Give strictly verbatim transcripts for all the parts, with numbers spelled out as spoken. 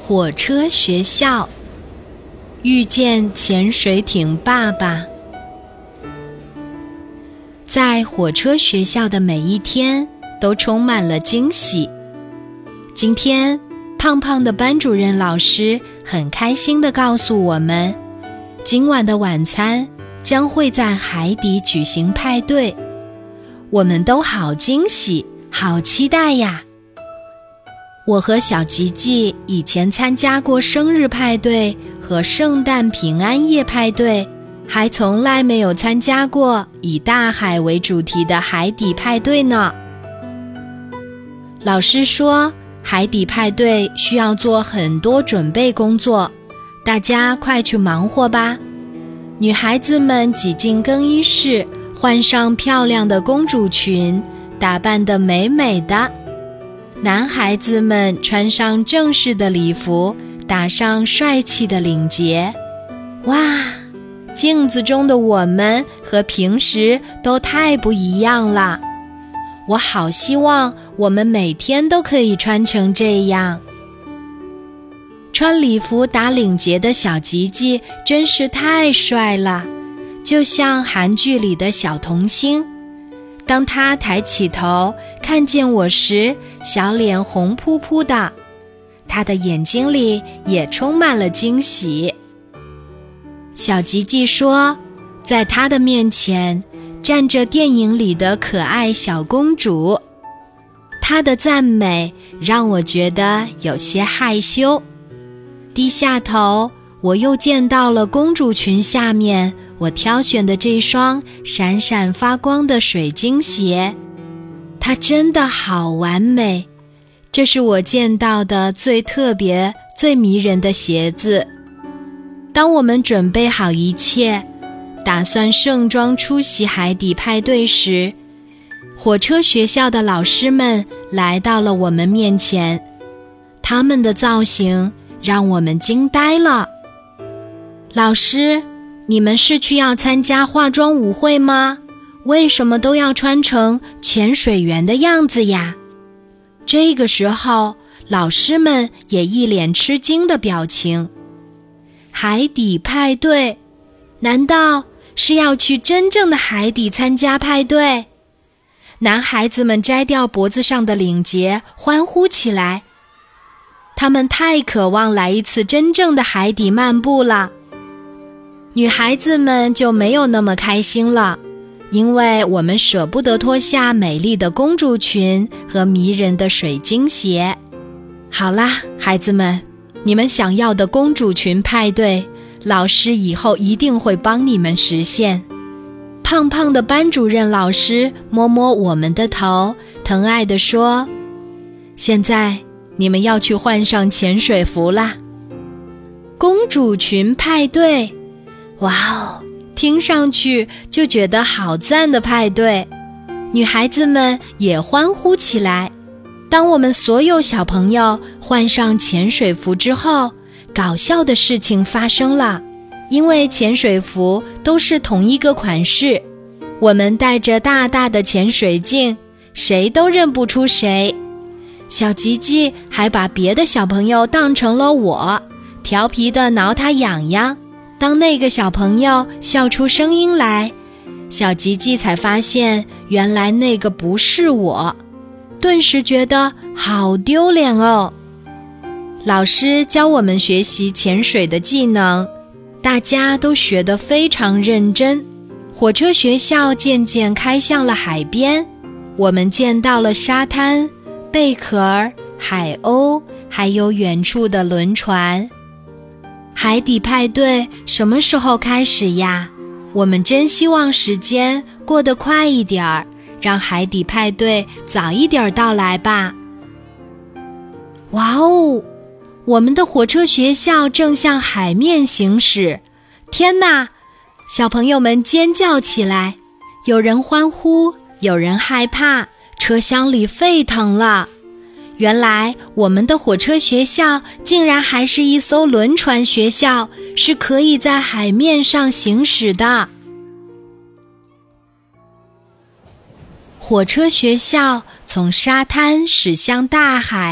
火车学校，遇见潜水艇爸爸。在火车学校的每一天都充满了惊喜。今天，胖胖的班主任老师很开心地告诉我们，今晚的晚餐将会在海底举行派对。我们都好惊喜，好期待呀！我和小吉吉以前参加过生日派对和圣诞平安夜派对，还从来没有参加过以大海为主题的海底派对呢。老师说，海底派对需要做很多准备工作，大家快去忙活吧。女孩子们挤进更衣室，换上漂亮的公主裙，打扮得美美的。男孩子们穿上正式的礼服，打上帅气的领结。哇，镜子中的我们和平时都太不一样了。我好希望我们每天都可以穿成这样。穿礼服打领结的小吉吉真是太帅了，就像韩剧里的小童星。当他抬起头看见我时，小脸红扑扑的，他的眼睛里也充满了惊喜。小吉吉说，在他的面前站着电影里的可爱小公主。他的赞美让我觉得有些害羞。低下头，我又见到了公主裙下面我挑选的这双闪闪发光的水晶鞋，它真的好完美，这是我见到的最特别、最迷人的鞋子。当我们准备好一切，打算盛装出席海底派对时，火车学校的老师们来到了我们面前，他们的造型让我们惊呆了。老师，你们是去要参加化妆舞会吗？为什么都要穿成潜水员的样子呀？这个时候，老师们也一脸吃惊的表情。海底派对，难道是要去真正的海底参加派对？男孩子们摘掉脖子上的领结，欢呼起来。他们太渴望来一次真正的海底漫步了。女孩子们就没有那么开心了，因为我们舍不得脱下美丽的公主裙和迷人的水晶鞋。好啦，孩子们，你们想要的公主裙派对，老师以后一定会帮你们实现。胖胖的班主任老师摸摸我们的头，疼爱地说，现在你们要去换上潜水服啦。公主裙派对，哇哦，听上去就觉得好赞的派对。女孩子们也欢呼起来。当我们所有小朋友换上潜水服之后，搞笑的事情发生了。因为潜水服都是同一个款式，我们戴着大大的潜水镜，谁都认不出谁。小吉吉还把别的小朋友当成了我，调皮地挠他痒痒。当那个小朋友笑出声音来，小吉吉才发现原来那个不是我，顿时觉得好丢脸哦。老师教我们学习潜水的技能，大家都学得非常认真。火车学校渐渐开向了海边，我们见到了沙滩、贝壳、海鸥，还有远处的轮船。海底派对什么时候开始呀？我们真希望时间过得快一点儿，让海底派对早一点到来吧。哇哦，我们的火车学校正向海面行驶。天哪！小朋友们尖叫起来，有人欢呼，有人害怕，车厢里沸腾了。原来我们的火车学校竟然还是一艘轮船学校，是可以在海面上行驶的。火车学校从沙滩驶向大海，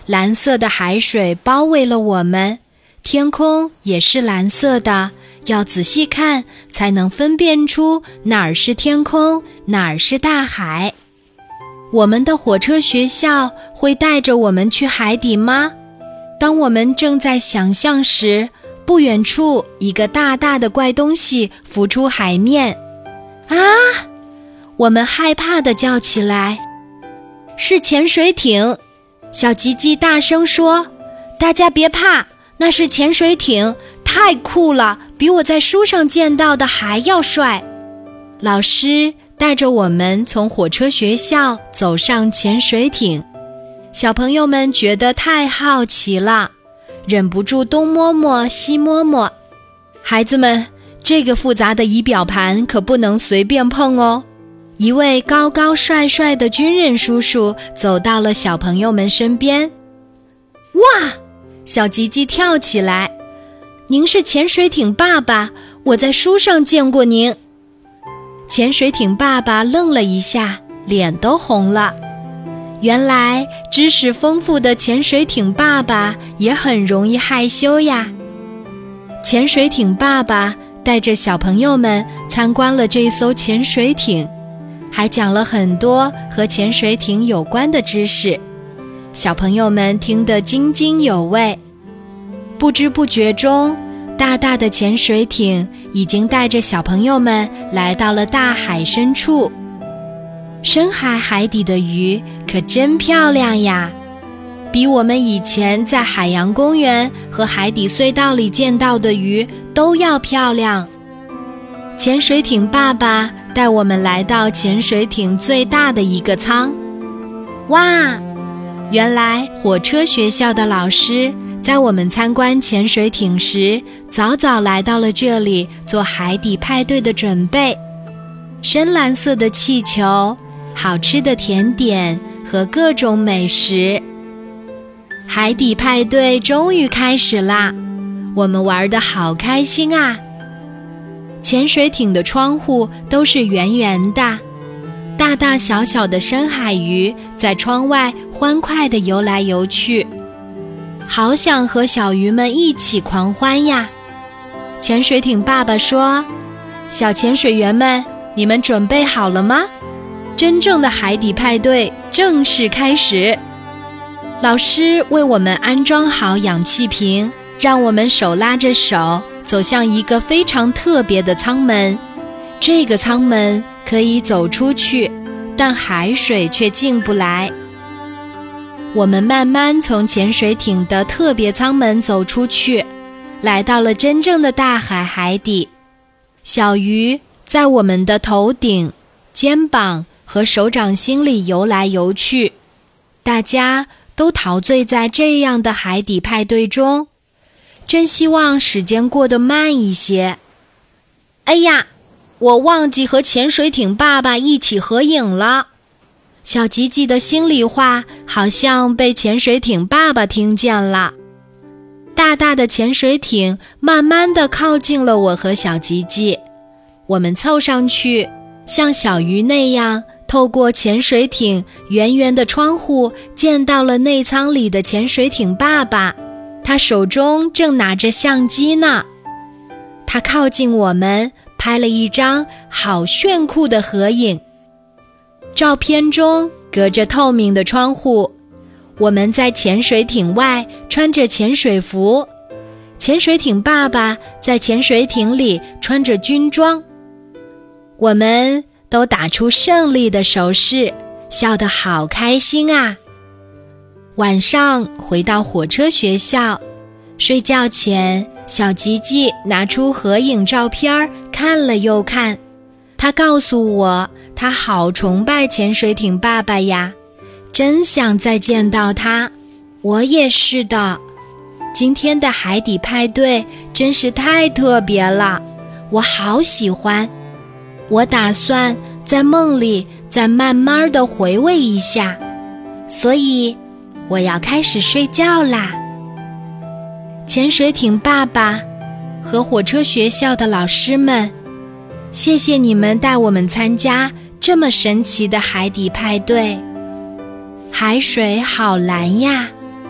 蓝色的海水包围了我们，天空也是蓝色的，要仔细看才能分辨出哪儿是天空，哪儿是大海。我们的火车学校会带着我们去海底吗？当我们正在想象时，不远处一个大大的怪东西浮出海面。啊！我们害怕地叫起来。是潜水艇！小吉吉大声说：大家别怕，那是潜水艇，太酷了，比我在书上见到的还要帅。老师带着我们从火车学校走上潜水艇，小朋友们觉得太好奇了，忍不住东摸摸西摸摸。孩子们，这个复杂的仪表盘可不能随便碰哦。一位高高帅帅的军人叔叔走到了小朋友们身边。哇！小吉吉跳起来，您是潜水艇爸爸，我在书上见过您。潜水艇爸爸愣了一下，脸都红了。原来知识丰富的潜水艇爸爸也很容易害羞呀。潜水艇爸爸带着小朋友们参观了这艘潜水艇，还讲了很多和潜水艇有关的知识，小朋友们听得津津有味。不知不觉中，大大的潜水艇已经带着小朋友们来到了大海深处。深海海底的鱼可真漂亮呀，比我们以前在海洋公园和海底隧道里见到的鱼都要漂亮。潜水艇爸爸带我们来到潜水艇最大的一个舱。哇！原来火车学校的老师在我们参观潜水艇时，早早来到了这里做海底派对的准备。深蓝色的气球，好吃的甜点和各种美食。海底派对终于开始啦，我们玩得好开心啊！潜水艇的窗户都是圆圆的，大大小小的深海鱼在窗外欢快地游来游去，好想和小鱼们一起狂欢呀！潜水艇爸爸说：小潜水员们，你们准备好了吗？真正的海底派对正式开始。老师为我们安装好氧气瓶，让我们手拉着手走向一个非常特别的舱门。这个舱门可以走出去，但海水却进不来。我们慢慢从潜水艇的特别舱门走出去，来到了真正的大海海底。小鱼在我们的头顶、肩膀和手掌心里游来游去，大家都陶醉在这样的海底派对中，真希望时间过得慢一些。哎呀，我忘记和潜水艇爸爸一起合影了。小吉吉的心里话好像被潜水艇爸爸听见了。大大的潜水艇慢慢地靠近了我和小吉吉，我们凑上去，像小鱼那样透过潜水艇圆圆的窗户见到了内舱里的潜水艇爸爸，他手中正拿着相机呢。他靠近我们，拍了一张好炫酷的合影。照片中隔着透明的窗户，我们在潜水艇外穿着潜水服，潜水艇爸爸在潜水艇里穿着军装。我们都打出胜利的手势，笑得好开心啊！晚上回到火车学校，睡觉前，小吉吉拿出合影照片看了又看。他告诉我，他好崇拜潜水艇爸爸呀，真想再见到他。我也是的。今天的海底派对真是太特别了，我好喜欢。我打算在梦里再慢慢地回味一下，所以我要开始睡觉啦。潜水艇爸爸和火车学校的老师们，谢谢你们带我们参加这么神奇的海底派对。海水好蓝呀，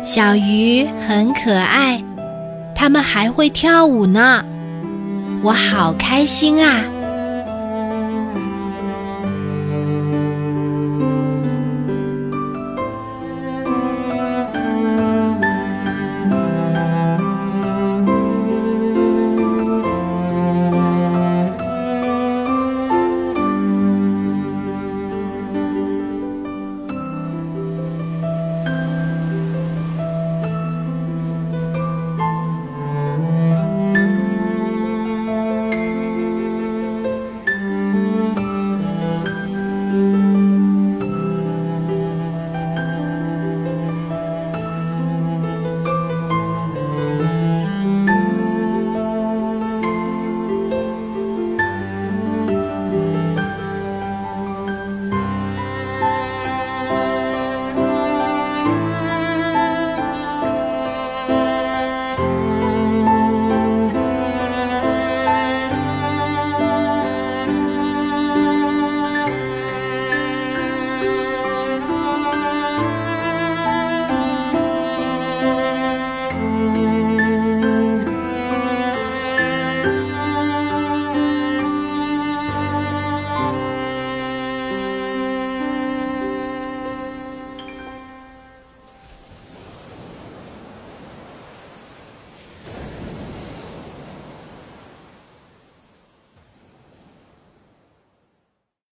小鱼很可爱，它们还会跳舞呢，我好开心啊！